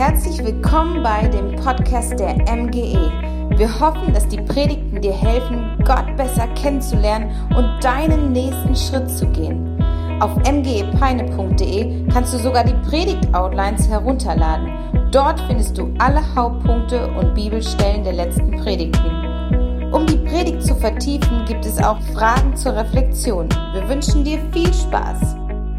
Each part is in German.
Herzlich willkommen bei dem Podcast der MGE. Wir hoffen, dass die Predigten dir helfen, Gott besser kennenzulernen und deinen nächsten Schritt zu gehen. Auf mgepeine.de kannst du sogar die Predigt-Outlines herunterladen. Dort findest du alle Hauptpunkte und Bibelstellen der letzten Predigten. Um die Predigt zu vertiefen, gibt es auch Fragen zur Reflexion. Wir wünschen dir viel Spaß.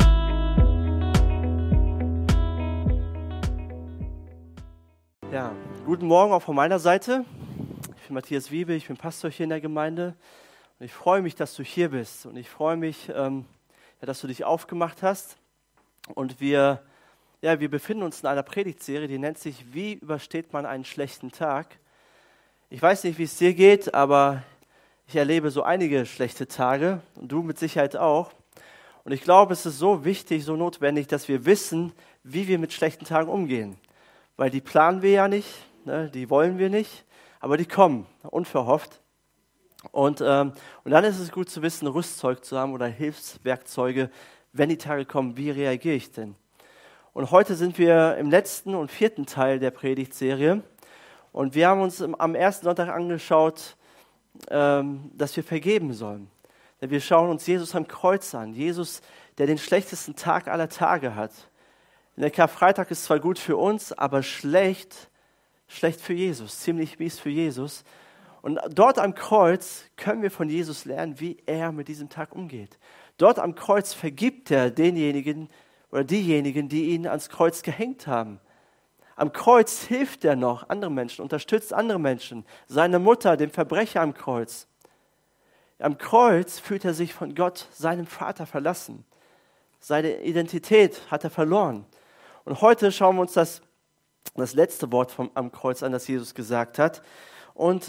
Ja, guten Morgen auch von meiner Seite. Ich bin Matthias Wiebe, ich bin Pastor hier in der Gemeinde und ich freue mich, dass du hier bist und ich freue mich, dass du dich aufgemacht hast und wir befinden uns in einer Predigtserie, die nennt sich Wie übersteht man einen schlechten Tag? Ich weiß nicht, wie es dir geht, aber ich erlebe so einige schlechte Tage und du mit Sicherheit auch. Und ich glaube, es ist so wichtig, so notwendig, dass wir wissen, wie wir mit schlechten Tagen umgehen. Weil die planen wir ja nicht, ne, die wollen wir nicht, aber die kommen, unverhofft. Und dann ist es gut zu wissen, Rüstzeug zu haben oder Hilfswerkzeuge, wenn die Tage kommen, wie reagiere ich denn? Und heute sind wir im letzten und 4. Teil der Predigtserie und wir haben uns am ersten Sonntag angeschaut, dass wir vergeben sollen. Denn wir schauen uns Jesus am Kreuz an, Jesus, der den schlechtesten Tag aller Tage hat. Der Karfreitag ist zwar gut für uns, aber schlecht für Jesus, ziemlich mies für Jesus. Und dort am Kreuz können wir von Jesus lernen, wie er mit diesem Tag umgeht. Dort am Kreuz vergibt er denjenigen oder diejenigen, die ihn ans Kreuz gehängt haben. Am Kreuz hilft er noch anderen Menschen, unterstützt andere Menschen, seine Mutter, dem Verbrecher am Kreuz. Am Kreuz fühlt er sich von Gott, seinem Vater, verlassen. Seine Identität hat er verloren. Und heute schauen wir uns das letzte Wort am Kreuz an, das Jesus gesagt hat. Und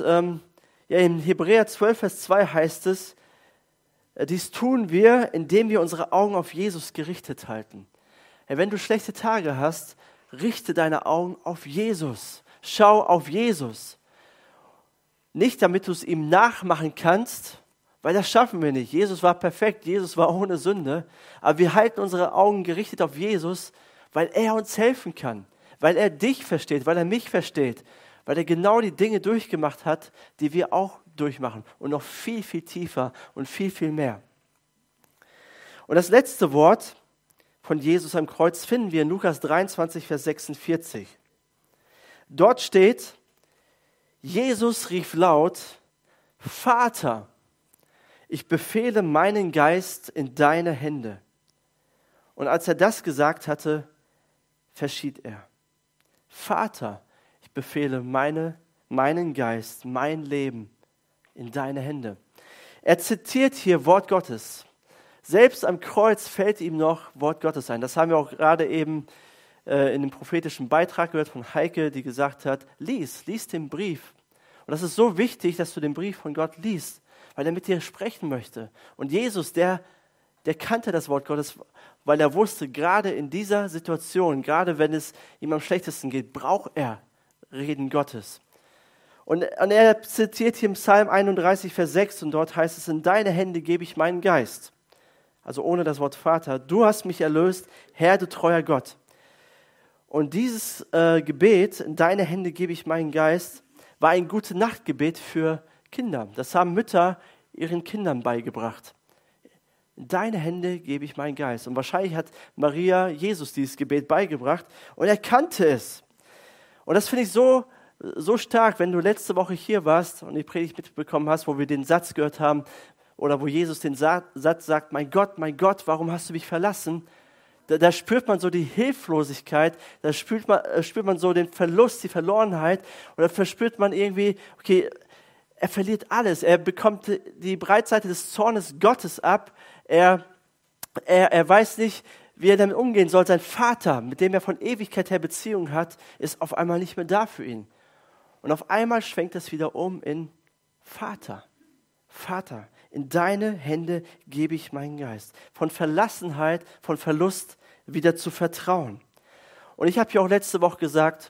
in Hebräer 12, Vers 2 heißt es, dies tun wir, indem wir unsere Augen auf Jesus gerichtet halten. Wenn du schlechte Tage hast, richte deine Augen auf Jesus. Schau auf Jesus. Nicht, damit du es ihm nachmachen kannst, weil das schaffen wir nicht. Jesus war perfekt, Jesus war ohne Sünde. Aber wir halten unsere Augen gerichtet auf Jesus, weil er uns helfen kann, weil er dich versteht, weil er mich versteht, weil er genau die Dinge durchgemacht hat, die wir auch durchmachen und noch viel, viel tiefer und viel, viel mehr. Und das letzte Wort von Jesus am Kreuz finden wir in Lukas 23, Vers 46. Dort steht, Jesus rief laut, Vater, ich befehle meinen Geist in deine Hände. Und als er das gesagt hatte, verschied er. Vater, ich befehle meinen Geist, mein Leben in deine Hände. Er zitiert hier Wort Gottes. Selbst am Kreuz fällt ihm noch Wort Gottes ein. Das haben wir auch gerade eben in dem prophetischen Beitrag gehört von Heike, die gesagt hat, lies den Brief. Und das ist so wichtig, dass du den Brief von Gott liest, weil er mit dir sprechen möchte. Und Jesus, der kannte das Wort Gottes, weil er wusste, gerade in dieser Situation, gerade wenn es ihm am schlechtesten geht, braucht er Reden Gottes. Und er zitiert hier im Psalm 31, Vers 6, und dort heißt es, in deine Hände gebe ich meinen Geist. Also ohne das Wort Vater. Du hast mich erlöst, Herr, du treuer Gott. Und dieses Gebet, in deine Hände gebe ich meinen Geist, war ein Gute-Nacht-Gebet für Kinder. Das haben Mütter ihren Kindern beigebracht. In deine Hände gebe ich meinen Geist. Und wahrscheinlich hat Maria Jesus dieses Gebet beigebracht und er kannte es. Und das finde ich so stark, wenn du letzte Woche hier warst und die Predigt mitbekommen hast, wo wir den Satz gehört haben oder wo Jesus den Satz sagt, mein Gott, warum hast du mich verlassen? Da spürt man so die Hilflosigkeit, da spürt man so den Verlust, die Verlorenheit und da verspürt man irgendwie, okay, er verliert alles, er bekommt die Breitseite des Zornes Gottes ab, er weiß nicht, wie er damit umgehen soll. Sein Vater, mit dem er von Ewigkeit her Beziehung hat, ist auf einmal nicht mehr da für ihn. Und auf einmal schwenkt es wieder um in Vater. Vater, in deine Hände gebe ich meinen Geist. Von Verlassenheit, von Verlust wieder zu vertrauen. Und ich habe ja auch letzte Woche gesagt,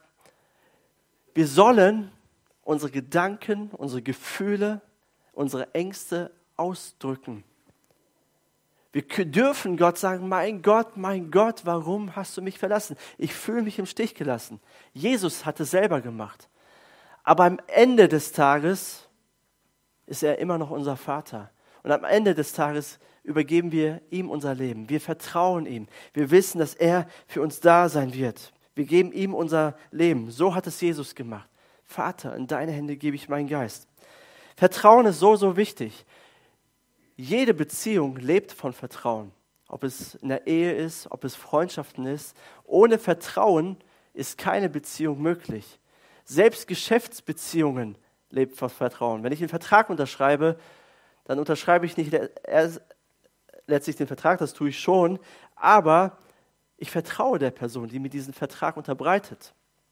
wir sollen unsere Gedanken, unsere Gefühle, unsere Ängste ausdrücken. Wir dürfen Gott sagen, mein Gott, warum hast du mich verlassen? Ich fühle mich im Stich gelassen. Jesus hat es selber gemacht. Aber am Ende des Tages ist er immer noch unser Vater. Und am Ende des Tages übergeben wir ihm unser Leben. Wir vertrauen ihm. Wir wissen, dass er für uns da sein wird. Wir geben ihm unser Leben. So hat es Jesus gemacht. Vater, in deine Hände gebe ich meinen Geist. Vertrauen ist so wichtig. Jede Beziehung lebt von Vertrauen. Ob es in der Ehe ist, ob es Freundschaften ist. Ohne Vertrauen ist keine Beziehung möglich. Selbst Geschäftsbeziehungen leben von Vertrauen. Wenn ich einen Vertrag unterschreibe, dann unterschreibe ich nicht letztlich den Vertrag, das tue ich schon, aber ich vertraue der Person, die mir diesen Vertrag unterbreitet.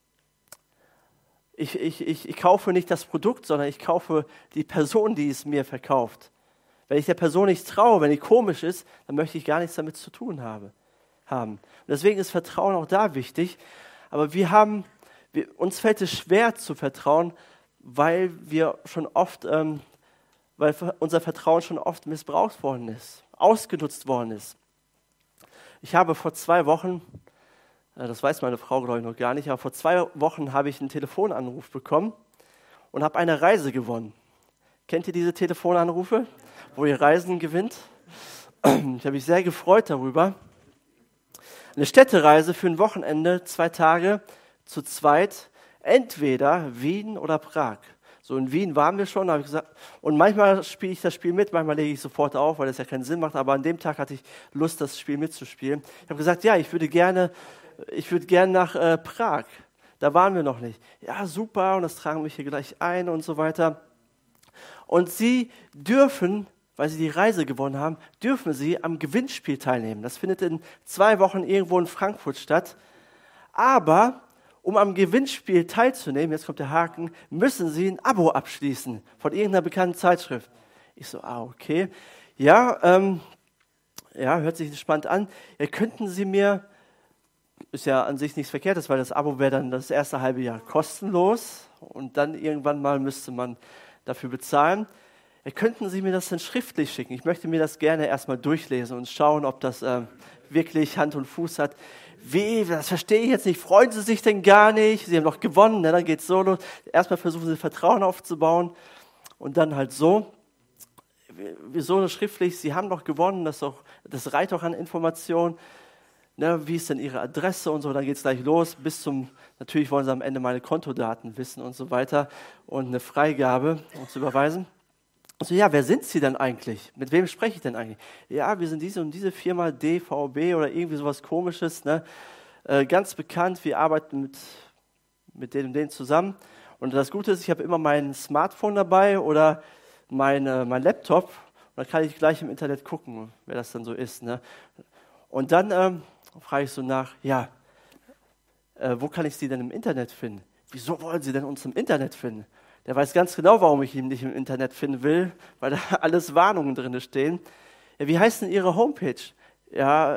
Ich kaufe nicht das Produkt, sondern ich kaufe die Person, die es mir verkauft. Wenn ich der Person nicht traue, wenn die komisch ist, dann möchte ich gar nichts damit zu tun haben. Und deswegen ist Vertrauen auch da wichtig. Aber uns fällt es schwer zu vertrauen, weil unser Vertrauen schon oft missbraucht worden ist, ausgenutzt worden ist. Ich habe vor 2 Wochen, das weiß meine Frau glaube ich noch gar nicht, aber vor 2 Wochen habe ich einen Telefonanruf bekommen und habe eine Reise gewonnen. Kennt ihr diese Telefonanrufe, wo ihr Reisen gewinnt? Ich habe mich sehr gefreut darüber. Eine Städtereise für ein Wochenende, 2 Tage, zu zweit, entweder Wien oder Prag. So in Wien waren wir schon, habe ich gesagt, und manchmal spiele ich das Spiel mit, manchmal lege ich sofort auf, weil das ja keinen Sinn macht, aber an dem Tag hatte ich Lust, das Spiel mitzuspielen. Ich habe gesagt, ja, ich würde gerne nach Prag. Da waren wir noch nicht. Ja, super, und das tragen wir hier gleich ein und so weiter. Und Sie dürfen, weil Sie die Reise gewonnen haben, dürfen Sie am Gewinnspiel teilnehmen. Das findet in 2 Wochen irgendwo in Frankfurt statt. Aber um am Gewinnspiel teilzunehmen, jetzt kommt der Haken, müssen Sie ein Abo abschließen von irgendeiner bekannten Zeitschrift. Ich so, okay. Ja, hört sich spannend an. Ja, könnten Sie mir, ist ja an sich nichts Verkehrtes, weil das Abo wäre dann das erste halbe Jahr kostenlos und dann irgendwann mal müsste man dafür bezahlen. Ja, könnten Sie mir das dann schriftlich schicken? Ich möchte mir das gerne erstmal durchlesen und schauen, ob das wirklich Hand und Fuß hat. Wie, das verstehe ich jetzt nicht. Freuen Sie sich denn gar nicht? Sie haben doch gewonnen, ne? Dann geht's so los. Erstmal versuchen Sie Vertrauen aufzubauen und dann halt so. Wieso schriftlich? Sie haben doch gewonnen, das reicht doch an Informationen. Ne? Wie ist denn Ihre Adresse und so? Dann geht's gleich los. Natürlich wollen Sie am Ende meine Kontodaten wissen und so weiter und eine Freigabe uns überweisen. Also ja, wer sind Sie denn eigentlich? Mit wem spreche ich denn eigentlich? Ja, wir sind diese und diese Firma DVB oder irgendwie sowas Komisches, ne? Ganz bekannt, wir arbeiten mit denen und denen zusammen. Und das Gute ist, ich habe immer mein Smartphone dabei oder mein Laptop und dann kann ich gleich im Internet gucken, wer das dann so ist. Ne? Und dann frage ich so nach, ja, wo kann ich Sie denn im Internet finden? Wieso wollen Sie denn uns im Internet finden? Der weiß ganz genau, warum ich ihn nicht im Internet finden will, weil da alles Warnungen drin stehen. Ja, wie heißt denn Ihre Homepage? Ja,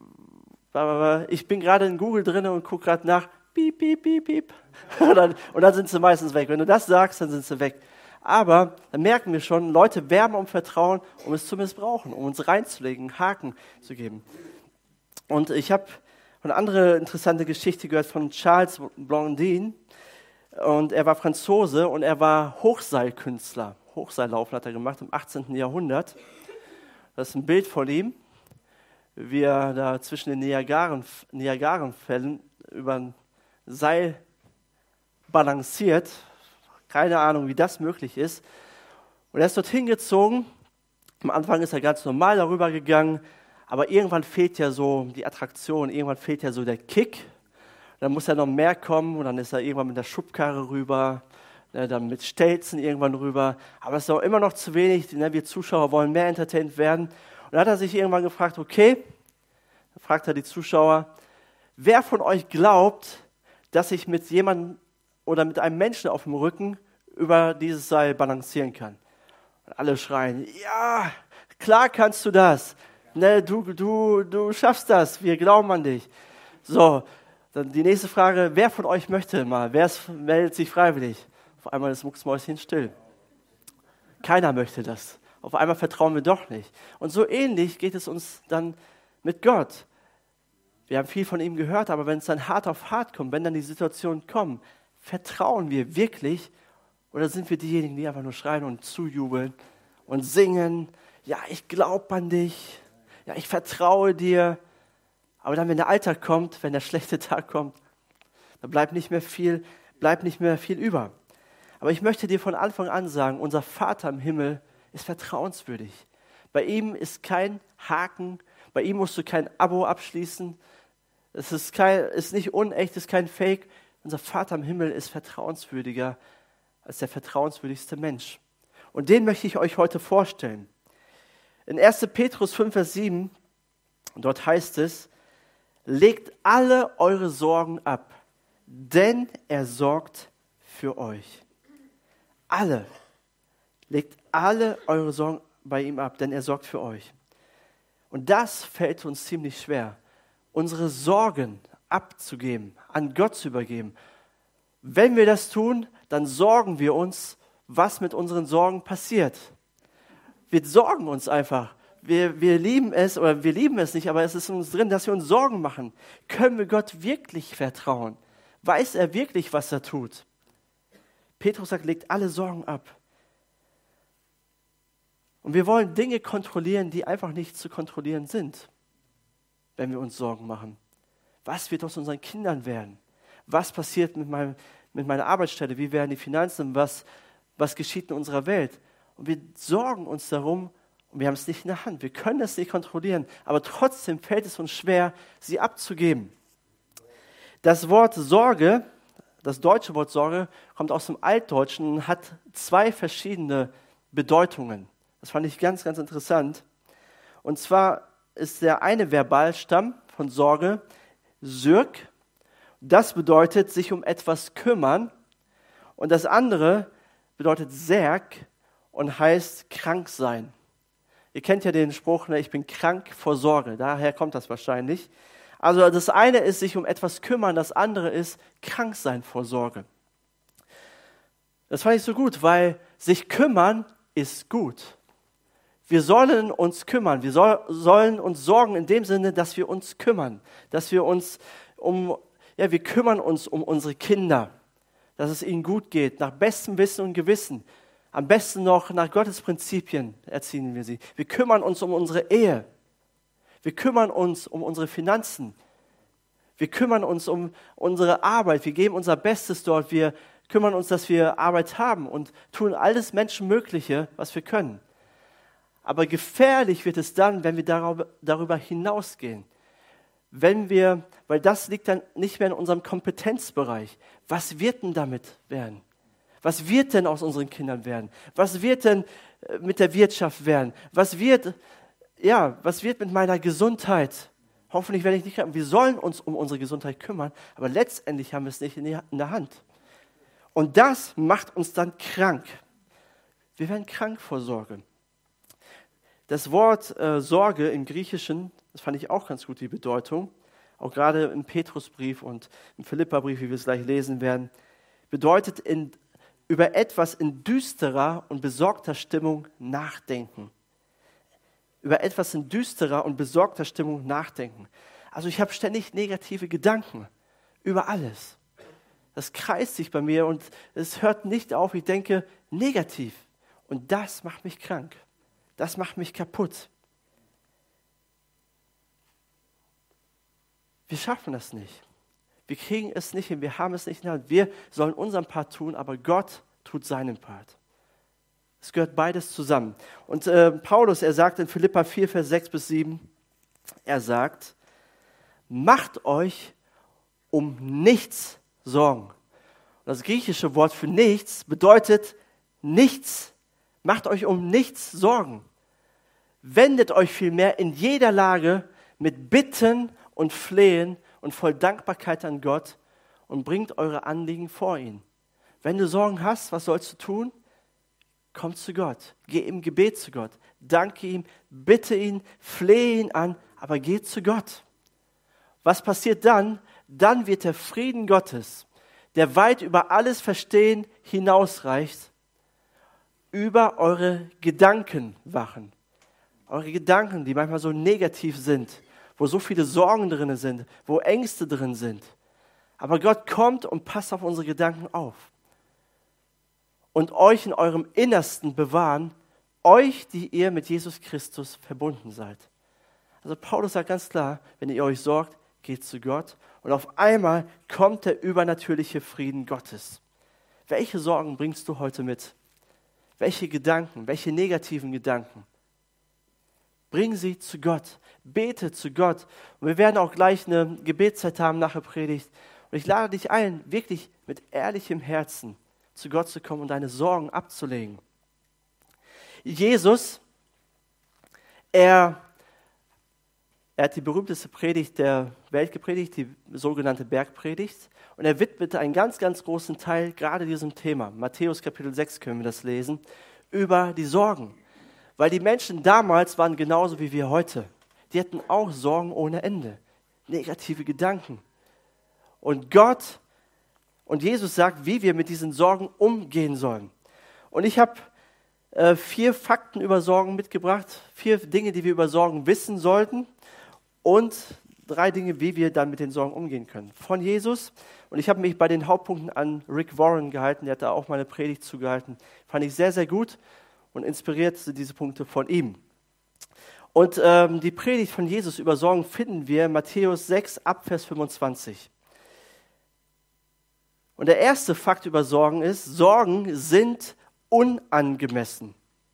ich bin gerade in Google drin und gucke gerade nach. Piep, piep, piep, piep. Und dann sind sie meistens weg. Wenn du das sagst, dann sind sie weg. Aber dann merken wir schon, Leute werben um Vertrauen, um es zu missbrauchen, um uns reinzulegen, einen Haken zu geben. Und ich habe eine andere interessante Geschichte gehört von Charles Blondin. Und er war Franzose und er war Hochseilkünstler. Hochseillaufen hat er gemacht im 18. Jahrhundert. Das ist ein Bild von ihm, wie er da zwischen den Niagarenfällen über ein Seil balanciert. Keine Ahnung, wie das möglich ist. Und er ist dorthin gezogen. Am Anfang ist er ganz normal darüber gegangen, aber irgendwann fehlt ja so die Attraktion, irgendwann fehlt ja so der Kick. Dann muss ja noch mehr kommen und dann ist er irgendwann mit der Schubkarre rüber, dann mit Stelzen irgendwann rüber. Aber es ist auch immer noch zu wenig, wir Zuschauer wollen mehr entertained werden. Und dann hat er sich irgendwann gefragt, okay, dann fragt er die Zuschauer, wer von euch glaubt, dass ich mit jemandem oder mit einem Menschen auf dem Rücken über dieses Seil balancieren kann? Und alle schreien, ja, klar kannst du das. Ne, du schaffst das, wir glauben an dich. So, dann die nächste Frage, wer von euch möchte mal? Wer meldet sich freiwillig? Auf einmal ist Mucksmäuschen still. Keiner möchte das. auf einmal vertrauen wir doch nicht. Und so ähnlich geht es uns dann mit Gott. Wir haben viel von ihm gehört, aber wenn es dann hart auf hart kommt, wenn dann die Situationen kommen, vertrauen wir wirklich oder sind wir diejenigen, die einfach nur schreien und zujubeln und singen, ja, ich glaube an dich, ja, ich vertraue dir. Aber dann, wenn der Alltag kommt, wenn der schlechte Tag kommt, dann bleibt nicht mehr viel über. Aber ich möchte dir von Anfang an sagen, unser Vater im Himmel ist vertrauenswürdig. Bei ihm ist kein Haken, bei ihm musst du kein Abo abschließen. Es ist nicht unecht, es ist kein Fake. Unser Vater im Himmel ist vertrauenswürdiger als der vertrauenswürdigste Mensch. Und den möchte ich euch heute vorstellen. In 1. Petrus 5, Vers 7, dort heißt es, legt alle eure Sorgen ab, denn er sorgt für euch. Alle. Legt alle eure Sorgen bei ihm ab, denn er sorgt für euch. Und das fällt uns ziemlich schwer, unsere Sorgen abzugeben, an Gott zu übergeben. Wenn wir das tun, dann sorgen wir uns, was mit unseren Sorgen passiert. Wir sorgen uns einfach. Wir lieben es nicht, aber es ist in uns drin, dass wir uns Sorgen machen. Können wir Gott wirklich vertrauen? Weiß er wirklich, was er tut? Petrus sagt, legt alle Sorgen ab. Und wir wollen Dinge kontrollieren, die einfach nicht zu kontrollieren sind, wenn wir uns Sorgen machen. Was wird aus unseren Kindern werden? Was passiert mit meiner Arbeitsstelle? Wie werden die Finanzen? Was geschieht in unserer Welt? Und wir sorgen uns darum und wir haben es nicht in der Hand. Wir können es nicht kontrollieren, aber trotzdem fällt es uns schwer, sie abzugeben. Das Wort Sorge, das deutsche Wort Sorge, kommt aus dem Altdeutschen und hat 2 verschiedene Bedeutungen. Das fand ich ganz, ganz interessant. Und zwar ist der eine Verbalstamm von Sorge Syrg. Das bedeutet, sich um etwas kümmern. Und das andere bedeutet Serg und heißt krank sein. Ihr kennt ja den Spruch, ich bin krank vor Sorge. Daher kommt das wahrscheinlich. Also das eine ist sich um etwas kümmern, das andere ist krank sein vor Sorge. Das fand ich so gut, weil sich kümmern ist gut. Wir sollen uns kümmern, wir sollen uns sorgen in dem Sinne, dass wir uns kümmern, dass wir uns wir kümmern uns um unsere Kinder, dass es ihnen gut geht, nach bestem Wissen und Gewissen. Am besten noch nach Gottes Prinzipien erziehen wir sie. Wir kümmern uns um unsere Ehe. Wir kümmern uns um unsere Finanzen. Wir kümmern uns um unsere Arbeit. Wir geben unser Bestes dort. Wir kümmern uns, dass wir Arbeit haben und tun alles Menschenmögliche, was wir können. Aber gefährlich wird es dann, wenn wir darüber hinausgehen. Weil das liegt dann nicht mehr in unserem Kompetenzbereich. Was wird denn damit werden? Was wird denn aus unseren Kindern werden? Was wird denn mit der Wirtschaft werden? Was wird mit meiner Gesundheit? Hoffentlich werde ich nicht krank. Wir sollen uns um unsere Gesundheit kümmern, aber letztendlich haben wir es nicht in der Hand. Und das macht uns dann krank. Wir werden krank vor Sorge. Das Wort Sorge im Griechischen, das fand ich auch ganz gut, die Bedeutung, auch gerade im Petrusbrief und im Philipperbrief, wie wir es gleich lesen werden, bedeutet über etwas in düsterer und besorgter Stimmung nachdenken. Über etwas in düsterer und besorgter Stimmung nachdenken. Also ich habe ständig negative Gedanken über alles. Das kreist sich bei mir und es hört nicht auf. Ich denke negativ und das macht mich krank. Das macht mich kaputt. Wir schaffen das nicht. Wir kriegen es nicht hin, wir haben es nicht in der Hand. Wir sollen unseren Part tun, aber Gott tut seinen Part. Es gehört beides zusammen. Und Paulus, er sagt in Philipper 4, Vers 6 bis 7, er sagt, macht euch um nichts Sorgen. Und das griechische Wort für nichts bedeutet nichts. Macht euch um nichts Sorgen. Wendet euch vielmehr in jeder Lage mit Bitten und Flehen und voll Dankbarkeit an Gott und bringt eure Anliegen vor ihn. Wenn du Sorgen hast, was sollst du tun? Komm zu Gott, geh im Gebet zu Gott, danke ihm, bitte ihn, flehe ihn an, aber geh zu Gott. Was passiert dann? Dann wird der Frieden Gottes, der weit über alles Verstehen hinausreicht, über eure Gedanken wachen. Eure Gedanken, die manchmal so negativ sind, wo so viele Sorgen drin sind, wo Ängste drin sind. Aber Gott kommt und passt auf unsere Gedanken auf. Und euch in eurem Innersten bewahren, euch, die ihr mit Jesus Christus verbunden seid. Also Paulus sagt ganz klar, wenn ihr euch sorgt, geht zu Gott und auf einmal kommt der übernatürliche Frieden Gottes. Welche Sorgen bringst du heute mit? Welche Gedanken, welche negativen Gedanken? Bring sie zu Gott, bete zu Gott. Und wir werden auch gleich eine Gebetszeit haben nach der Predigt. Und ich lade dich ein, wirklich mit ehrlichem Herzen zu Gott zu kommen und deine Sorgen abzulegen. Jesus, er hat die berühmteste Predigt der Welt gepredigt, die sogenannte Bergpredigt. Und er widmete einen ganz, ganz großen Teil gerade diesem Thema. Matthäus Kapitel 6 können wir das lesen, über die Sorgen. Weil die Menschen damals waren genauso wie wir heute. Die hatten auch Sorgen ohne Ende, negative Gedanken. Und Gott und Jesus sagt, wie wir mit diesen Sorgen umgehen sollen. Und ich habe 4 Fakten über Sorgen mitgebracht, 4 Dinge, die wir über Sorgen wissen sollten und 3 Dinge, wie wir dann mit den Sorgen umgehen können. Von Jesus. Und ich habe mich bei den Hauptpunkten an Rick Warren gehalten, der hat da auch mal eine Predigt zugehalten. Fand ich sehr, sehr gut und inspiriert sind diese Punkte von ihm. Und die Predigt von Jesus über Sorgen finden wir in Matthäus 6 ab Vers 25. Und der erste Fakt über Sorgen ist, Sorgen sind unangemessen.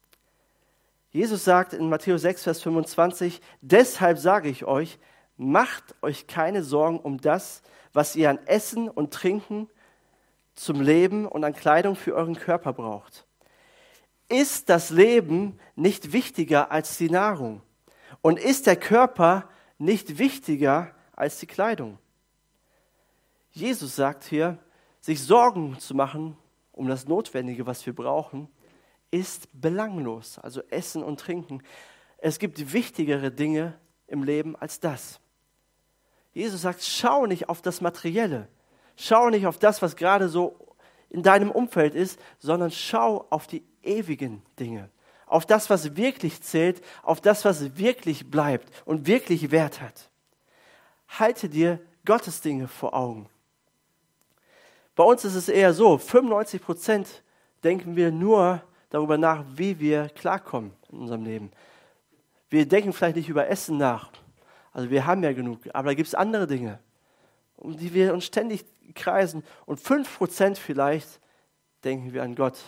Jesus sagt in Matthäus 6, Vers 25, deshalb sage ich euch, macht euch keine Sorgen um das, was ihr an Essen und Trinken zum Leben und an Kleidung für euren Körper braucht. Ist das Leben nicht wichtiger als die Nahrung? Und ist der Körper nicht wichtiger als die Kleidung? Jesus sagt hier, sich Sorgen zu machen um das Notwendige, was wir brauchen, ist belanglos. Also Essen und Trinken. Es gibt wichtigere Dinge im Leben als das. Jesus sagt, schau nicht auf das Materielle. Schau nicht auf das, was gerade so in deinem Umfeld ist, sondern schau auf die ewigen Dinge. Auf das, was wirklich zählt, auf das, was wirklich bleibt und wirklich Wert hat. Halte dir Gottes Dinge vor Augen. Bei uns ist es eher so, 95% denken wir nur darüber nach, wie wir klarkommen in unserem Leben. Wir denken vielleicht nicht über Essen nach. Also wir haben ja genug, aber da gibt es andere Dinge, um die wir uns ständig kreisen. Und 5% vielleicht denken wir an Gott.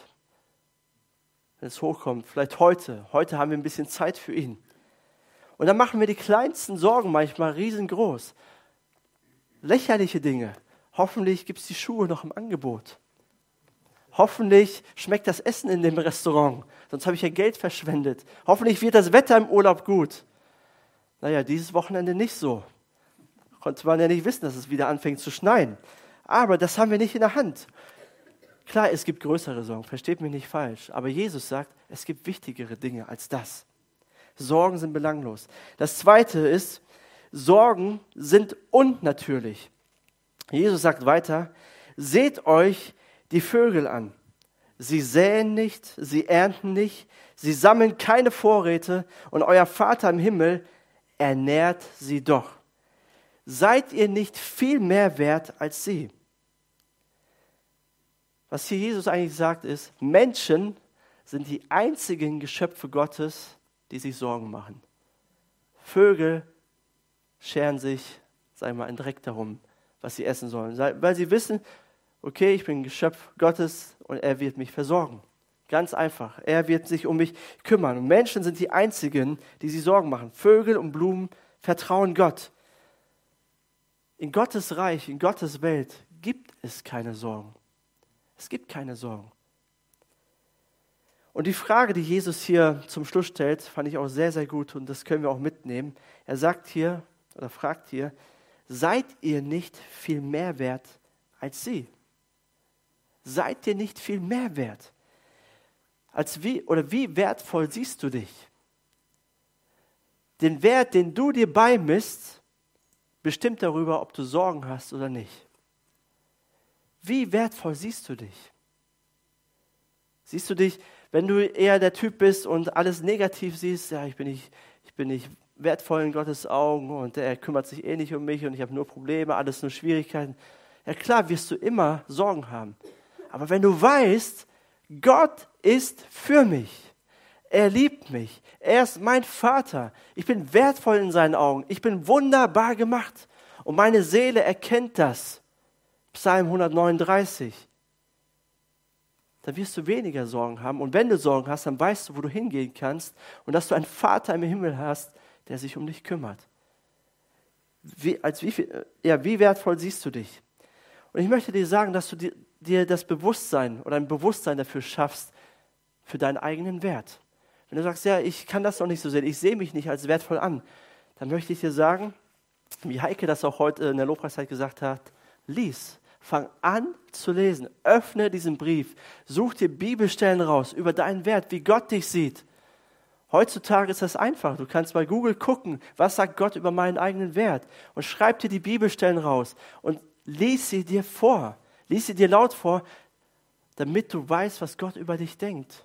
Wenn es hochkommt, vielleicht heute. Heute haben wir ein bisschen Zeit für ihn. Und dann machen wir die kleinsten Sorgen manchmal riesengroß. Lächerliche Dinge. Hoffentlich gibt es die Schuhe noch im Angebot. Hoffentlich schmeckt das Essen in dem Restaurant, sonst habe ich ja Geld verschwendet. Hoffentlich wird das Wetter im Urlaub gut. Naja, dieses Wochenende nicht so. Konnte man ja nicht wissen, dass es wieder anfängt zu schneien. Aber das haben wir nicht in der Hand. Klar, es gibt größere Sorgen, versteht mich nicht falsch. Aber Jesus sagt, es gibt wichtigere Dinge als das. Sorgen sind belanglos. Das Zweite ist, Sorgen sind unnatürlich. Jesus sagt weiter, seht euch die Vögel an. Sie säen nicht, sie ernten nicht, sie sammeln keine Vorräte und euer Vater im Himmel ernährt sie doch. Seid ihr nicht viel mehr wert als sie? Was hier Jesus eigentlich sagt ist, Menschen sind die einzigen Geschöpfe Gottes, die sich Sorgen machen. Vögel scheren sich, sagen wir mal, einen Dreck darum, was sie essen sollen. Weil sie wissen, okay, ich bin ein Geschöpf Gottes und er wird mich versorgen. Ganz einfach. Er wird sich um mich kümmern. Und Menschen sind die einzigen, die sich Sorgen machen. Vögel und Blumen vertrauen Gott. In Gottes Reich, in Gottes Welt gibt es keine Sorgen. Es gibt keine Sorgen. Und die Frage, die Jesus hier zum Schluss stellt, fand ich auch sehr, sehr gut und das können wir auch mitnehmen. Er sagt hier, oder fragt hier, seid ihr nicht viel mehr wert als sie? Seid ihr nicht viel mehr wert? Wie wertvoll siehst du dich? Den Wert, den du dir beimisst, bestimmt darüber, ob du Sorgen hast oder nicht. Wie wertvoll siehst du dich? Siehst du dich Wenn du eher der Typ bist und alles negativ siehst, ja, ich bin nicht wertvoll in Gottes Augen und er kümmert sich eh nicht um mich und ich habe nur Probleme, alles nur Schwierigkeiten. Ja klar, wirst du immer Sorgen haben. Aber wenn du weißt, Gott ist für mich, er liebt mich, er ist mein Vater, ich bin wertvoll in seinen Augen, ich bin wunderbar gemacht und meine Seele erkennt das. Psalm 139. Dann wirst du weniger Sorgen haben. Und wenn du Sorgen hast, dann weißt du, wo du hingehen kannst und dass du einen Vater im Himmel hast, der sich um dich kümmert. Wie wertvoll siehst du dich? Und ich möchte dir sagen, dass du dir das Bewusstsein oder ein Bewusstsein dafür schaffst, für deinen eigenen Wert. Wenn du sagst, ja, ich kann das noch nicht so sehen, ich sehe mich nicht als wertvoll an, dann möchte ich dir sagen, wie Heike das auch heute in der Lobpreiszeit gesagt hat, lies. Fang an zu lesen, öffne diesen Brief, such dir Bibelstellen raus über deinen Wert, wie Gott dich sieht. Heutzutage ist das einfach, du kannst bei Google gucken, was sagt Gott über meinen eigenen Wert und schreib dir die Bibelstellen raus und lies sie dir vor, lies sie dir laut vor, damit du weißt, was Gott über dich denkt.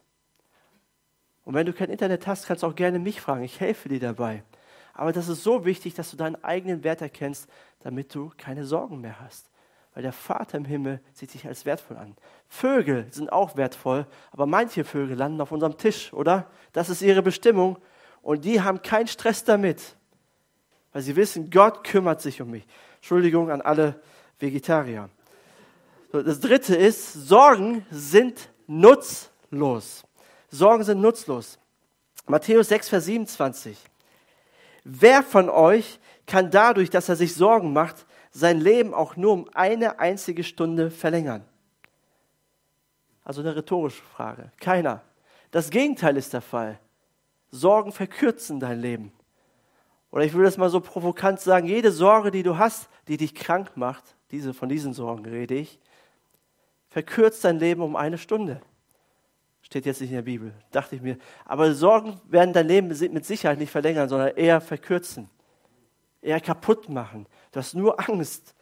Und wenn du kein Internet hast, kannst du auch gerne mich fragen, ich helfe dir dabei. Aber das ist so wichtig, dass du deinen eigenen Wert erkennst, damit du keine Sorgen mehr hast. Weil der Vater im Himmel sieht dich als wertvoll an. Vögel sind auch wertvoll, aber manche Vögel landen auf unserem Tisch, oder? Das ist ihre Bestimmung und die haben keinen Stress damit, weil sie wissen, Gott kümmert sich um mich. Entschuldigung an alle Vegetarier. So, das dritte ist, Sorgen sind nutzlos. Sorgen sind nutzlos. Matthäus 6, Vers 27. Wer von euch kann dadurch, dass er sich Sorgen macht, sein Leben auch nur um eine einzige Stunde verlängern? Also eine rhetorische Frage. Keiner. Das Gegenteil ist der Fall. Sorgen verkürzen dein Leben. Oder ich würde es mal so provokant sagen, jede Sorge, die du hast, die dich krank macht, von diesen Sorgen rede ich, verkürzt dein Leben um eine Stunde. Steht jetzt nicht in der Bibel, dachte ich mir. Aber Sorgen werden dein Leben mit Sicherheit nicht verlängern, sondern eher verkürzen. Eher kaputt machen. Du hast nur Angst.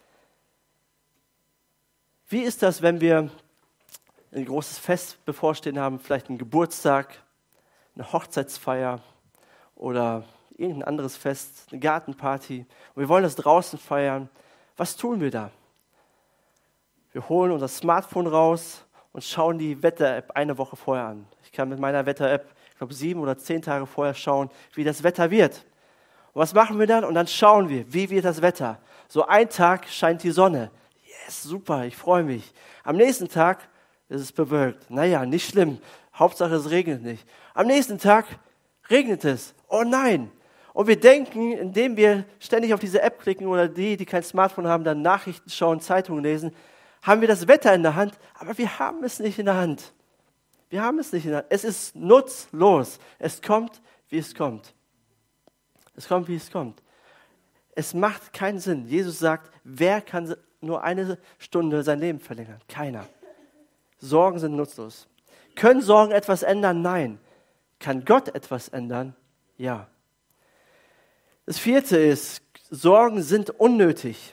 Wie ist das, wenn wir ein großes Fest bevorstehen haben, vielleicht einen Geburtstag, eine Hochzeitsfeier oder irgendein anderes Fest, eine Gartenparty und wir wollen das draußen feiern? Was tun wir da? Wir holen unser Smartphone raus und schauen die Wetter-App eine Woche vorher an. Ich kann mit meiner Wetter-App, ich glaube 7 oder 10 Tage vorher schauen, wie das Wetter wird. Und was machen wir dann? Und dann schauen wir, wie wird das Wetter. So ein Tag scheint die Sonne. Yes, super, ich freue mich. Am nächsten Tag ist es bewölkt. Naja, nicht schlimm. Hauptsache es regnet nicht. Am nächsten Tag regnet es. Oh nein. Und wir denken, indem wir ständig auf diese App klicken oder die kein Smartphone haben, dann Nachrichten schauen, Zeitungen lesen, haben wir das Wetter in der Hand, aber wir haben es nicht in der Hand. Wir haben es nicht in der Hand. Es ist nutzlos. Es kommt, wie es kommt. Es kommt, wie es kommt. Es macht keinen Sinn. Jesus sagt, wer kann nur eine Stunde sein Leben verlängern? Keiner. Sorgen sind nutzlos. Können Sorgen etwas ändern? Nein. Kann Gott etwas ändern? Ja. Das vierte ist, Sorgen sind unnötig.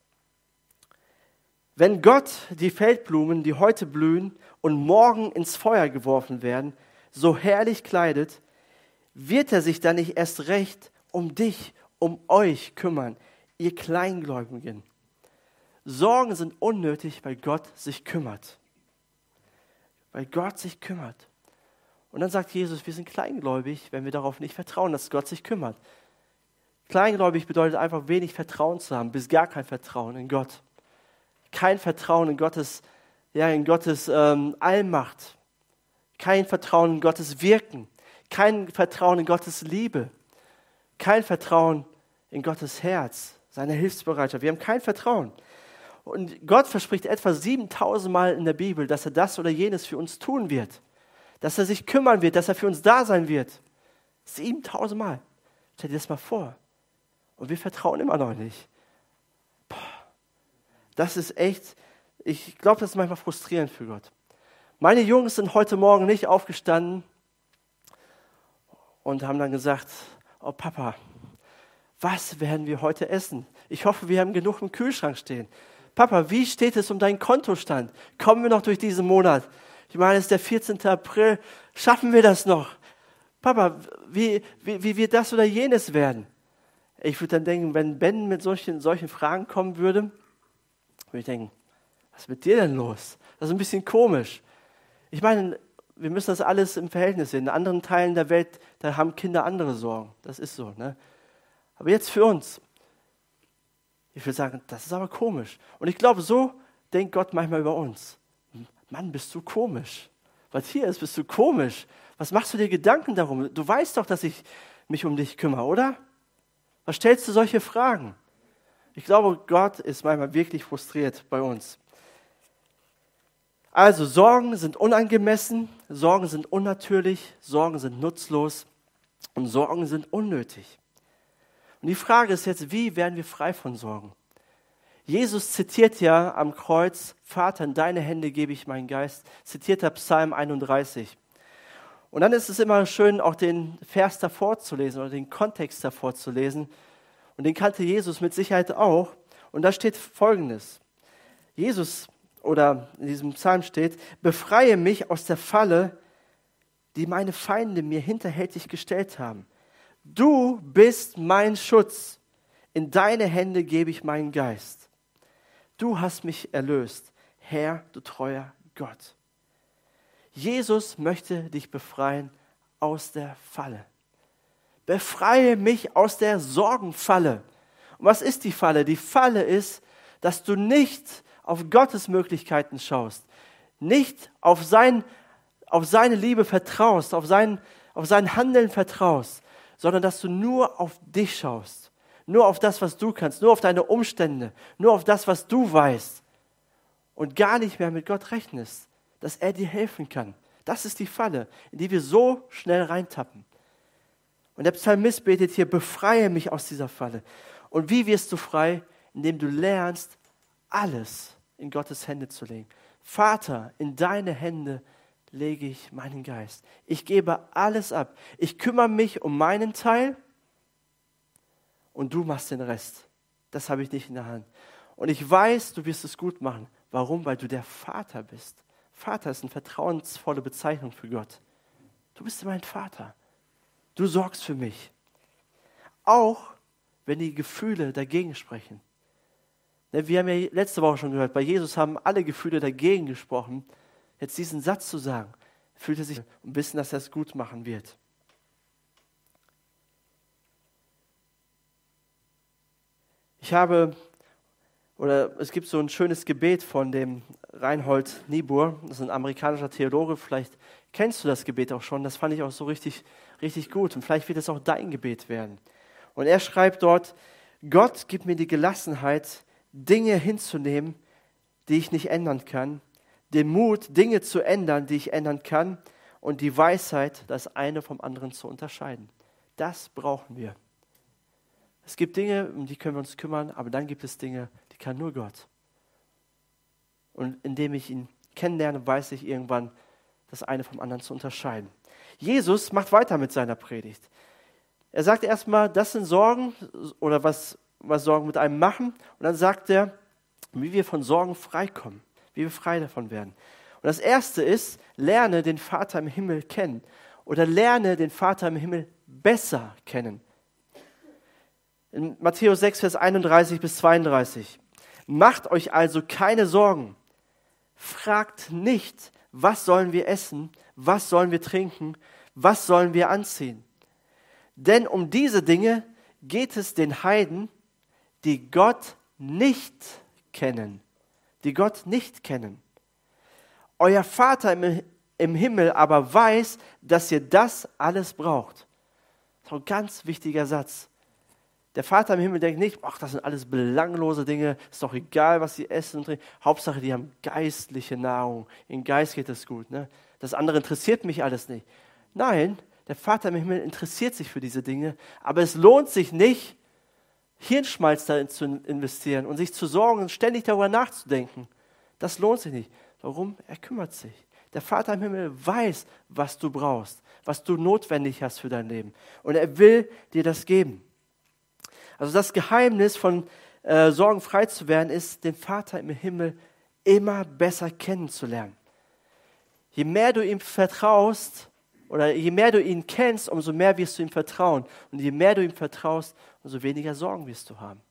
Wenn Gott die Feldblumen, die heute blühen und morgen ins Feuer geworfen werden, so herrlich kleidet, wird er sich dann nicht erst recht um dich, um euch kümmern, ihr Kleingläubigen. Sorgen sind unnötig, weil Gott sich kümmert. Weil Gott sich kümmert. Und dann sagt Jesus, wir sind kleingläubig, wenn wir darauf nicht vertrauen, dass Gott sich kümmert. Kleingläubig bedeutet einfach wenig Vertrauen zu haben, bis gar kein Vertrauen in Gott. Kein Vertrauen in Gottes Allmacht. Kein Vertrauen in Gottes Wirken. Kein Vertrauen in Gottes Liebe. Kein Vertrauen in Gottes Herz, seine Hilfsbereitschaft. Wir haben kein Vertrauen. Und Gott verspricht etwa 7.000 Mal in der Bibel, dass er das oder jenes für uns tun wird. Dass er sich kümmern wird, dass er für uns da sein wird. 7.000 Mal. Stell dir das mal vor. Und wir vertrauen immer noch nicht. Das ist echt, ich glaube, das ist manchmal frustrierend für Gott. Meine Jungs sind heute Morgen nicht aufgestanden und haben dann gesagt, oh Papa, was werden wir heute essen? Ich hoffe, wir haben genug im Kühlschrank stehen. Papa, wie steht es um deinen Kontostand? Kommen wir noch durch diesen Monat? Ich meine, es ist der 14. April. Schaffen wir das noch? Papa, wie wird das oder jenes werden? Ich würde dann denken, wenn Ben mit solchen Fragen kommen würde ich denken, was ist mit dir denn los? Das ist ein bisschen komisch. Ich meine, wir müssen das alles im Verhältnis sehen. In anderen Teilen der Welt, da haben Kinder andere Sorgen. Das ist so, ne? Aber jetzt für uns. Ich würde sagen, das ist aber komisch. Und ich glaube, so denkt Gott manchmal über uns. Mann, bist du komisch. Matthias, bist du komisch. Was machst du dir Gedanken darum? Du weißt doch, dass ich mich um dich kümmere, oder? Was stellst du solche Fragen? Ich glaube, Gott ist manchmal wirklich frustriert bei uns. Also, Sorgen sind unangemessen, Sorgen sind unnatürlich, Sorgen sind nutzlos und Sorgen sind unnötig. Und die Frage ist jetzt, wie werden wir frei von Sorgen? Jesus zitiert ja am Kreuz, Vater, in deine Hände gebe ich meinen Geist, zitiert er Psalm 31. Und dann ist es immer schön, auch den Vers davor zu lesen oder den Kontext davor zu lesen. Und den kannte Jesus mit Sicherheit auch. Und da steht Folgendes. Jesus, oder in diesem Psalm steht, befreie mich aus der Falle, die meine Feinde mir hinterhältig gestellt haben. Du bist mein Schutz. In deine Hände gebe ich meinen Geist. Du hast mich erlöst. Herr, du treuer Gott. Jesus möchte dich befreien aus der Falle. Befreie mich aus der Sorgenfalle. Und was ist die Falle? Die Falle ist, dass du nicht auf Gottes Möglichkeiten schaust, nicht auf seine Liebe vertraust, auf sein Handeln vertraust, sondern dass du nur auf dich schaust, nur auf das, was du kannst, nur auf deine Umstände, nur auf das, was du weißt und gar nicht mehr mit Gott rechnest, dass er dir helfen kann. Das ist die Falle, in die wir so schnell reintappen. Und der Psalmist betet hier, befreie mich aus dieser Falle. Und wie wirst du frei? Indem du lernst, alles in Gottes Hände zu legen. Vater, in deine Hände lege ich meinen Geist. Ich gebe alles ab. Ich kümmere mich um meinen Teil und du machst den Rest. Das habe ich nicht in der Hand. Und ich weiß, du wirst es gut machen. Warum? Weil du der Vater bist. Vater ist eine vertrauensvolle Bezeichnung für Gott. Du bist mein Vater. Du sorgst für mich. Auch wenn die Gefühle dagegen sprechen. Wir haben ja letzte Woche schon gehört, bei Jesus haben alle Gefühle dagegen gesprochen. Jetzt diesen Satz zu sagen, fühlt er sich und wissen, dass er es gut machen wird. Es gibt so ein schönes Gebet von dem Reinhold Niebuhr, das ist ein amerikanischer Theologe, vielleicht kennst du das Gebet auch schon, das fand ich auch so richtig, richtig gut und vielleicht wird es auch dein Gebet werden. Und er schreibt dort, Gott gibt mir die Gelassenheit, Dinge hinzunehmen, die ich nicht ändern kann, den Mut, Dinge zu ändern, die ich ändern kann und die Weisheit, das eine vom anderen zu unterscheiden. Das brauchen wir. Es gibt Dinge, um die können wir uns kümmern, aber dann gibt es Dinge, die kann nur Gott. Und indem ich ihn kennenlerne, weiß ich irgendwann, das eine vom anderen zu unterscheiden. Jesus macht weiter mit seiner Predigt. Er sagt erstmal, das sind Sorgen oder was Sorgen mit einem machen. Und dann sagt er, wie wir von Sorgen freikommen, wie wir frei davon werden. Und das Erste ist, lerne den Vater im Himmel kennen oder lerne den Vater im Himmel besser kennen. In Matthäus 6, Vers 31 bis 32. Macht euch also keine Sorgen. Fragt nicht, was sollen wir essen, was sollen wir trinken, was sollen wir anziehen. Denn um diese Dinge geht es den Heiden, die Gott nicht kennen. Die Gott nicht kennen. Euer Vater im Himmel aber weiß, dass ihr das alles braucht. Das ist ein ganz wichtiger Satz. Der Vater im Himmel denkt nicht, ach, das sind alles belanglose Dinge, ist doch egal, was sie essen und trinken. Hauptsache, die haben geistliche Nahrung, im Geist geht es gut. Ne? Das andere interessiert mich alles nicht. Nein, der Vater im Himmel interessiert sich für diese Dinge, aber es lohnt sich nicht, Hirnschmalz darin zu investieren und sich zu sorgen und ständig darüber nachzudenken. Das lohnt sich nicht. Warum? Er kümmert sich. Der Vater im Himmel weiß, was du brauchst, was du notwendig hast für dein Leben. Und er will dir das geben. Also das Geheimnis von Sorgen frei zu werden, ist, den Vater im Himmel immer besser kennenzulernen. Je mehr du ihm vertraust oder je mehr du ihn kennst, umso mehr wirst du ihm vertrauen. Und je mehr du ihm vertraust, umso weniger Sorgen wirst du haben.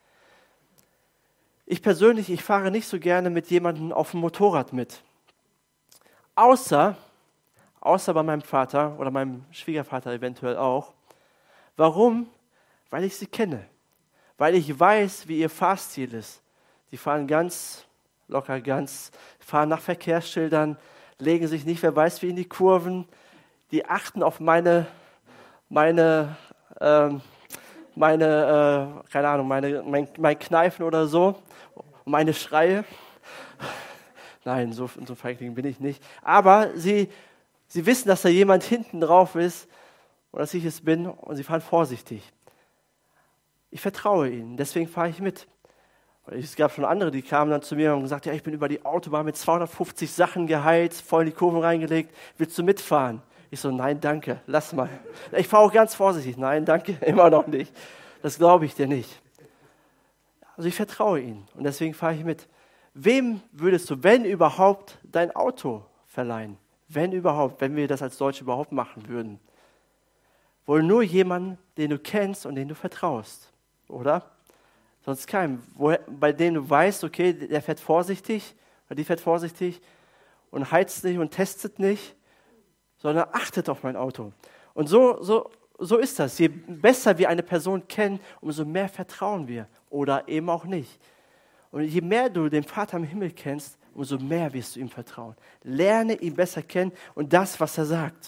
Ich persönlich, ich fahre nicht so gerne mit jemandem auf dem Motorrad mit. Außer bei meinem Vater oder meinem Schwiegervater eventuell auch. Warum? Weil ich sie kenne. Weil ich weiß, wie ihr Fahrstil ist. Die fahren ganz locker, fahren nach Verkehrsschildern, legen sich nicht, wer weiß wie in die Kurven. Die achten auf meine Kneifen oder so, und meine Schreie. Nein, so feigling bin ich nicht. Aber sie wissen, dass da jemand hinten drauf ist und dass ich es bin, und sie fahren vorsichtig. Ich vertraue ihnen, deswegen fahre ich mit. Es gab schon andere, die kamen dann zu mir und haben gesagt, ja, ich bin über die Autobahn mit 250 Sachen geheizt, voll in die Kurven reingelegt, willst du mitfahren? Ich so, nein, danke, lass mal. Ich fahre auch ganz vorsichtig, nein, danke, immer noch nicht. Das glaube ich dir nicht. Also ich vertraue ihnen und deswegen fahre ich mit. Wem würdest du, wenn überhaupt, dein Auto verleihen? Wenn überhaupt, wenn wir das als Deutsche überhaupt machen würden. Wohl nur jemanden, den du kennst und den du vertraust, oder? Sonst keinem, bei dem du weißt, okay, der fährt vorsichtig, oder die fährt vorsichtig und heizt nicht und testet nicht, sondern achtet auf mein Auto. Und so ist das. Je besser wir eine Person kennen, umso mehr vertrauen wir oder eben auch nicht. Und je mehr du den Vater im Himmel kennst, umso mehr wirst du ihm vertrauen. Lerne ihn besser kennen und das, was er sagt.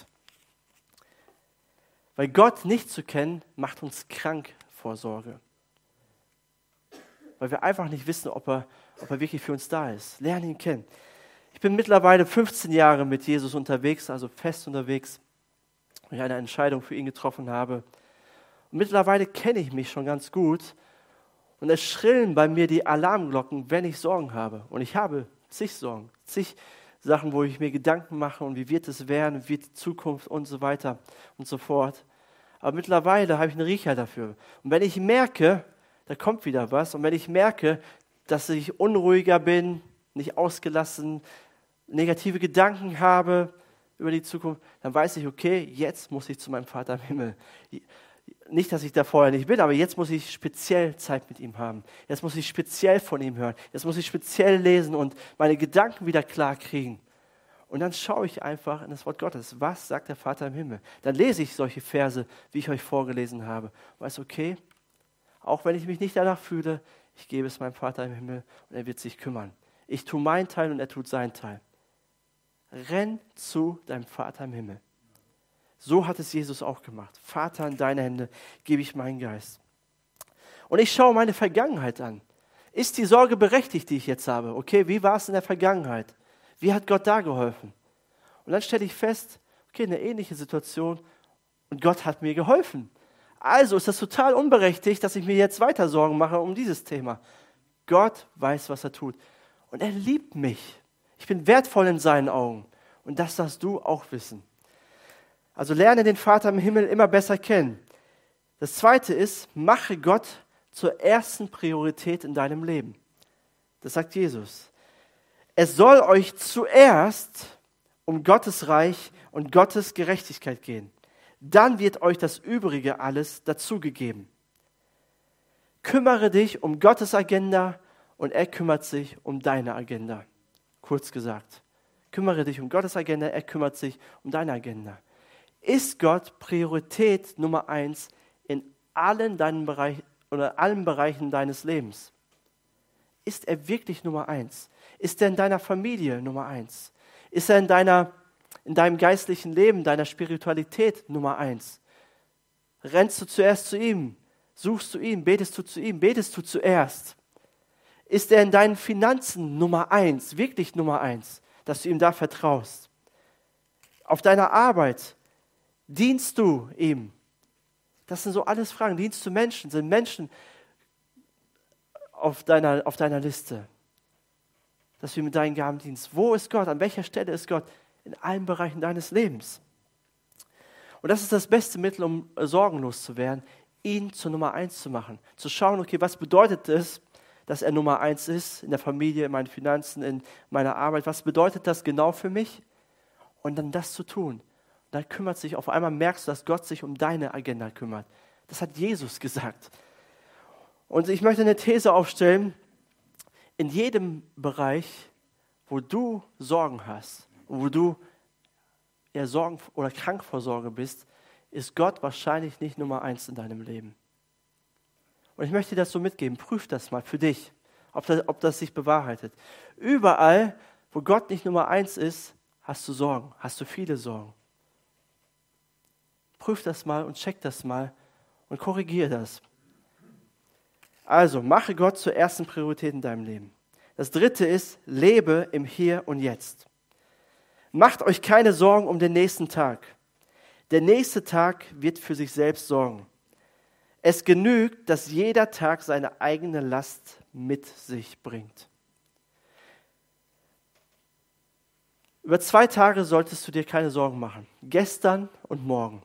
Weil Gott nicht zu kennen, macht uns krank vor Sorge. Weil wir einfach nicht wissen, ob er wirklich für uns da ist. Lerne ihn kennen. Ich bin mittlerweile 15 Jahre mit Jesus unterwegs, also fest unterwegs, weil ich eine Entscheidung für ihn getroffen habe. Und mittlerweile kenne ich mich schon ganz gut und es schrillen bei mir die Alarmglocken, wenn ich Sorgen habe. Und ich habe zig Sorgen, zig Sachen, wo ich mir Gedanken mache und wie wird es werden, wie wird die Zukunft und so weiter und so fort. Aber mittlerweile habe ich einen Riecher dafür. Und wenn ich merke, da kommt wieder was, und wenn ich merke, dass ich unruhiger bin, nicht ausgelassen, negative Gedanken habe über die Zukunft, dann weiß ich, okay, jetzt muss ich zu meinem Vater im Himmel. Nicht, dass ich da vorher nicht bin, aber jetzt muss ich speziell Zeit mit ihm haben. Jetzt muss ich speziell von ihm hören. Jetzt muss ich speziell lesen und meine Gedanken wieder klar kriegen. Und dann schaue ich einfach in das Wort Gottes. Was sagt der Vater im Himmel? Dann lese ich solche Verse, wie ich euch vorgelesen habe. Und weiß, okay, auch wenn ich mich nicht danach fühle, ich gebe es meinem Vater im Himmel und er wird sich kümmern. Ich tue meinen Teil und er tut seinen Teil. Renn zu deinem Vater im Himmel. So hat es Jesus auch gemacht. Vater, in deine Hände gebe ich meinen Geist. Und ich schaue meine Vergangenheit an. Ist die Sorge berechtigt, die ich jetzt habe? Okay, wie war es in der Vergangenheit? Wie hat Gott da geholfen? Und dann stelle ich fest, okay, eine ähnliche Situation und Gott hat mir geholfen. Also ist das total unberechtigt, dass ich mir jetzt weiter Sorgen mache um dieses Thema. Gott weiß, was er tut. Und er liebt mich. Ich bin wertvoll in seinen Augen. Und das darfst du auch wissen. Also lerne den Vater im Himmel immer besser kennen. Das Zweite ist, mache Gott zur ersten Priorität in deinem Leben. Das sagt Jesus. Es soll euch zuerst um Gottes Reich und Gottes Gerechtigkeit gehen. Dann wird euch das Übrige alles dazugegeben. Kümmere dich um Gottes Agenda und er kümmert sich um deine Agenda. Kurz gesagt, kümmere dich um Gottes Agenda, er kümmert sich um deine Agenda. Ist Gott Priorität Nummer 1 in allen Bereichen deines Lebens? Ist er wirklich Nummer 1? Ist er in deiner Familie Nummer 1? Ist er in deinem geistlichen Leben, deiner Spiritualität Nummer 1? Rennst du zuerst zu ihm? Suchst du ihn? Betest du zu ihm? Betest du zuerst? Ist er in deinen Finanzen Nummer 1? Wirklich Nummer 1? Dass du ihm da vertraust? Auf deiner Arbeit? Dienst du ihm? Das sind so alles Fragen. Dienst du Menschen? Sind Menschen auf deiner Liste? Dass du mit deinen Gaben dienst. Wo ist Gott? An welcher Stelle ist Gott? In allen Bereichen deines Lebens. Und das ist das beste Mittel, um sorgenlos zu werden, ihn zur Nummer 1 zu machen. Zu schauen, okay, was bedeutet es, dass er Nummer 1 ist in der Familie, in meinen Finanzen, in meiner Arbeit? Was bedeutet das genau für mich? und dann das zu tun. Dann kümmert sich, auf einmal merkst du, dass Gott sich um deine Agenda kümmert. Das hat Jesus gesagt. Und ich möchte eine These aufstellen, in jedem Bereich, wo du Sorgen hast, wo du eher Sorgen oder Krankvorsorge bist, ist Gott wahrscheinlich nicht Nummer 1 in deinem Leben. Und ich möchte dir das so mitgeben, prüf das mal für dich, ob das sich bewahrheitet. Überall, wo Gott nicht Nummer 1 ist, hast du Sorgen, hast du viele Sorgen. Prüf das mal und check das mal und korrigiere das. Also, mache Gott zur ersten Priorität in deinem Leben. Das dritte ist, lebe im Hier und Jetzt. Macht euch keine Sorgen um den nächsten Tag. Der nächste Tag wird für sich selbst sorgen. Es genügt, dass jeder Tag seine eigene Last mit sich bringt. Über 2 Tage solltest du dir keine Sorgen machen. Gestern und morgen.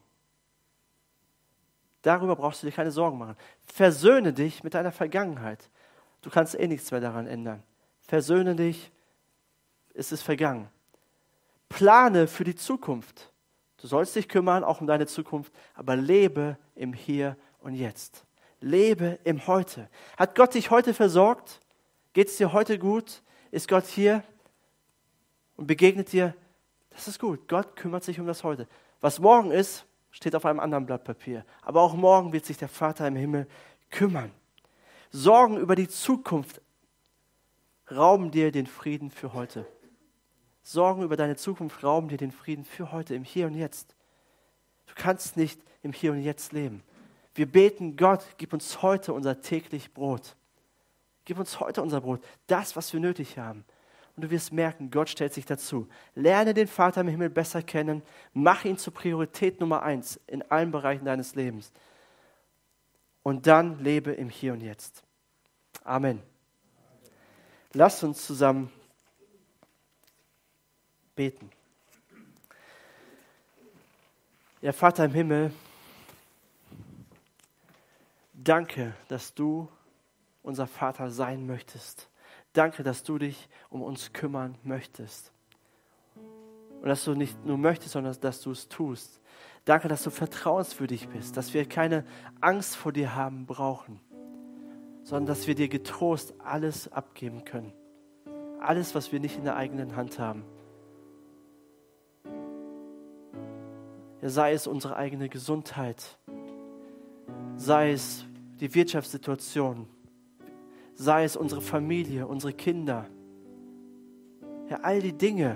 Darüber brauchst du dir keine Sorgen machen. Versöhne dich mit deiner Vergangenheit. Du kannst nichts mehr daran ändern. Versöhne dich, es ist vergangen. Plane für die Zukunft. Du sollst dich kümmern, auch um deine Zukunft, aber lebe im Hier und Jetzt. Lebe im Heute. Hat Gott dich heute versorgt? Geht es dir heute gut? Ist Gott hier und begegnet dir? Das ist gut. Gott kümmert sich um das Heute. Was morgen ist, steht auf einem anderen Blatt Papier. Aber auch morgen wird sich der Vater im Himmel kümmern. Sorgen über die Zukunft rauben dir den Frieden für heute. Sorgen über deine Zukunft rauben dir den Frieden für heute, im Hier und Jetzt. Du kannst nicht im Hier und Jetzt leben. Wir beten, Gott, gib uns heute unser täglich Brot. Gib uns heute unser Brot, das, was wir nötig haben. Und du wirst merken, Gott stellt sich dazu. Lerne den Vater im Himmel besser kennen. Mach ihn zur Priorität Nummer 1 in allen Bereichen deines Lebens. Und dann lebe im Hier und Jetzt. Amen. Lasst uns zusammen beten. Ja, Vater im Himmel, danke, dass du unser Vater sein möchtest. Danke, dass du dich um uns kümmern möchtest. Und dass du nicht nur möchtest, sondern dass du es tust. Danke, dass du vertrauenswürdig bist, dass wir keine Angst vor dir haben brauchen, sondern dass wir dir getrost alles abgeben können. Alles, was wir nicht in der eigenen Hand haben. Ja, sei es unsere eigene Gesundheit, sei es die Wirtschaftssituation, sei es unsere Familie, unsere Kinder. Ja, all die Dinge,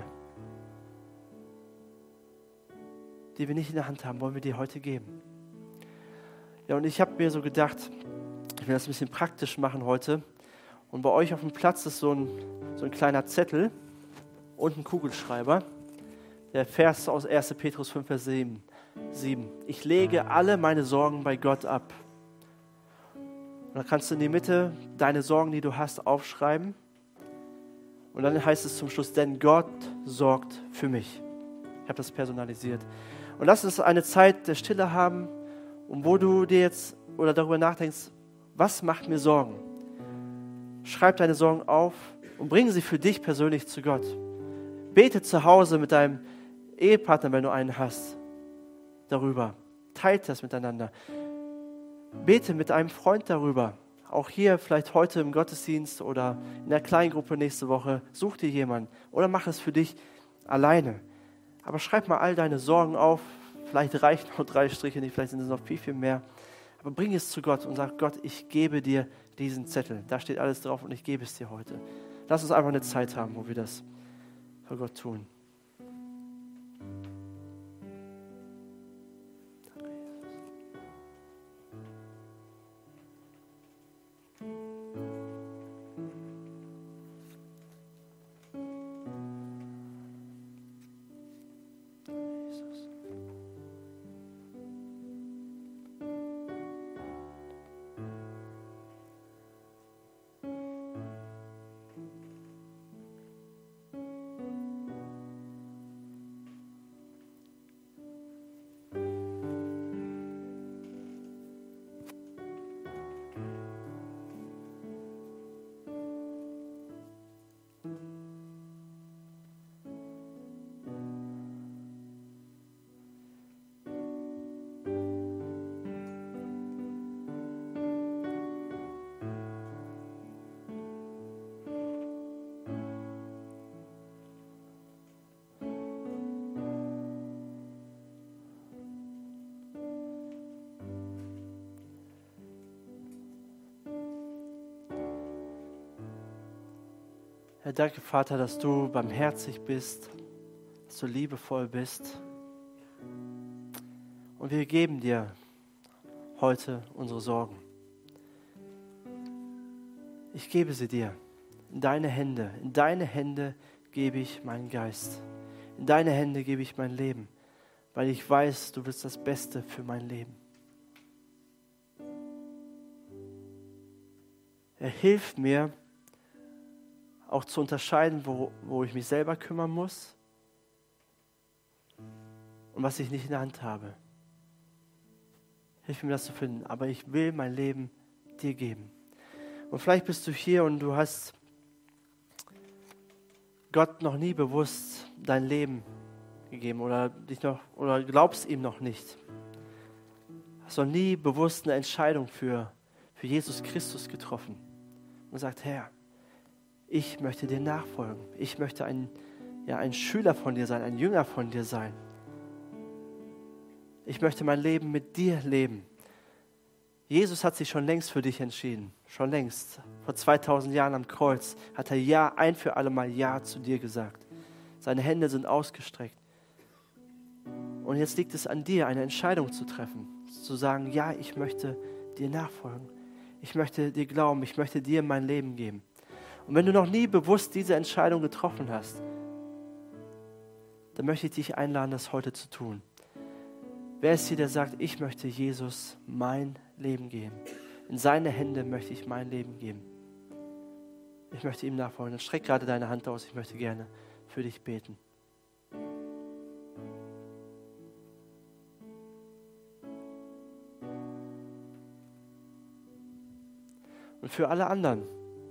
die wir nicht in der Hand haben, wollen wir dir heute geben. Ja, und ich habe mir so gedacht, ich will das ein bisschen praktisch machen heute. Und bei euch auf dem Platz ist so ein kleiner Zettel und ein Kugelschreiber. Der Vers aus 1. Petrus 5, Vers 7. Ich lege alle meine Sorgen bei Gott ab. Und dann kannst du in die Mitte deine Sorgen, die du hast, aufschreiben. Und dann heißt es zum Schluss, denn Gott sorgt für mich. Ich habe das personalisiert. Und lass uns eine Zeit der Stille haben, wo du dir jetzt oder darüber nachdenkst, was macht mir Sorgen? Schreib deine Sorgen auf und bring sie für dich persönlich zu Gott. Bete zu Hause mit deinem Ehepartner, wenn du einen hast, darüber. Teilt das miteinander. Bete mit einem Freund darüber. Auch hier vielleicht heute im Gottesdienst oder in der Kleingruppe nächste Woche. Such dir jemanden oder mach es für dich alleine. Aber schreib mal all deine Sorgen auf. Vielleicht reichen nur 3 Striche nicht, vielleicht sind es noch viel, viel mehr. Aber bring es zu Gott und sag, Gott, ich gebe dir diesen Zettel. Da steht alles drauf und ich gebe es dir heute. Lass uns einfach eine Zeit haben, wo wir das vor Gott tun. Herr, danke, Vater, dass du barmherzig bist, dass du liebevoll bist. Und wir geben dir heute unsere Sorgen. Ich gebe sie dir in deine Hände. In deine Hände gebe ich meinen Geist. In deine Hände gebe ich mein Leben, weil ich weiß, du willst das Beste für mein Leben. Er hilft mir, auch zu unterscheiden, wo ich mich selber kümmern muss und was ich nicht in der Hand habe. Hilf mir, das zu finden. Aber ich will mein Leben dir geben. Und vielleicht bist du hier und du hast Gott noch nie bewusst dein Leben gegeben oder glaubst ihm noch nicht. Hast noch nie bewusst eine Entscheidung für Jesus Christus getroffen und sagt, Herr, ich möchte dir nachfolgen. Ich möchte ein Schüler von dir sein, ein Jünger von dir sein. Ich möchte mein Leben mit dir leben. Jesus hat sich schon längst für dich entschieden. Schon längst. Vor 2000 Jahren am Kreuz hat er Ja, ein für alle Mal Ja zu dir gesagt. Seine Hände sind ausgestreckt. Und jetzt liegt es an dir, eine Entscheidung zu treffen. Zu sagen, ja, ich möchte dir nachfolgen. Ich möchte dir glauben. Ich möchte dir mein Leben geben. Und wenn du noch nie bewusst diese Entscheidung getroffen hast, dann möchte ich dich einladen, das heute zu tun. Wer ist hier, der sagt, ich möchte Jesus mein Leben geben? In seine Hände möchte ich mein Leben geben. Ich möchte ihm nachfolgen. Dann streck gerade deine Hand aus. Ich möchte gerne für dich beten. Und für alle anderen,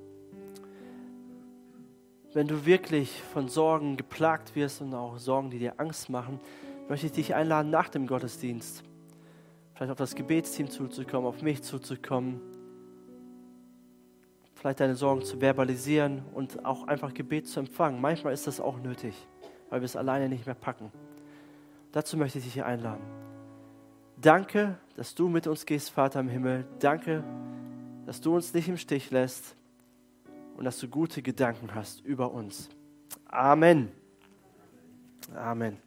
wenn du wirklich von Sorgen geplagt wirst und auch Sorgen, die dir Angst machen, möchte ich dich einladen, nach dem Gottesdienst vielleicht auf das Gebetsteam zuzukommen, auf mich zuzukommen, vielleicht deine Sorgen zu verbalisieren und auch einfach Gebet zu empfangen. Manchmal ist das auch nötig, weil wir es alleine nicht mehr packen. Dazu möchte ich dich hier einladen. Danke, dass du mit uns gehst, Vater im Himmel. Danke, dass du uns nicht im Stich lässt und dass du gute Gedanken hast über uns. Amen. Amen.